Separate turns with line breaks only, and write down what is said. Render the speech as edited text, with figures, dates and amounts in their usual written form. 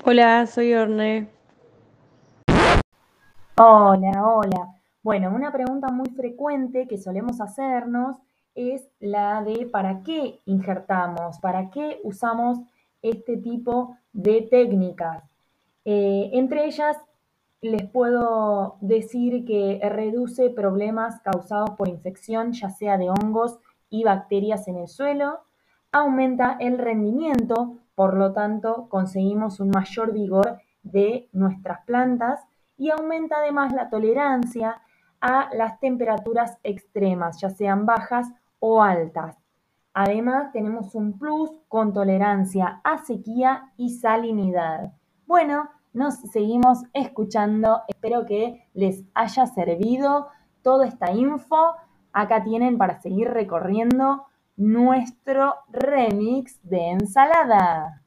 Hola, soy Orne.
Hola, hola. Bueno, una pregunta muy frecuente que solemos hacernos es la de ¿para qué injertamos? ¿Para qué usamos este tipo de técnicas? Entre ellas, les puedo decir que reduce problemas causados por infección, ya sea de hongos y bacterias en el suelo, aumenta el rendimiento, por lo tanto conseguimos un mayor vigor de nuestras plantas y aumenta además la tolerancia a las temperaturas extremas, ya sean bajas o altas. Además, tenemos un plus con tolerancia a sequía y salinidad. Bueno, nos seguimos escuchando. Espero que les haya servido toda esta info. Acá tienen para seguir recorriendo nuestro remix de ensalada.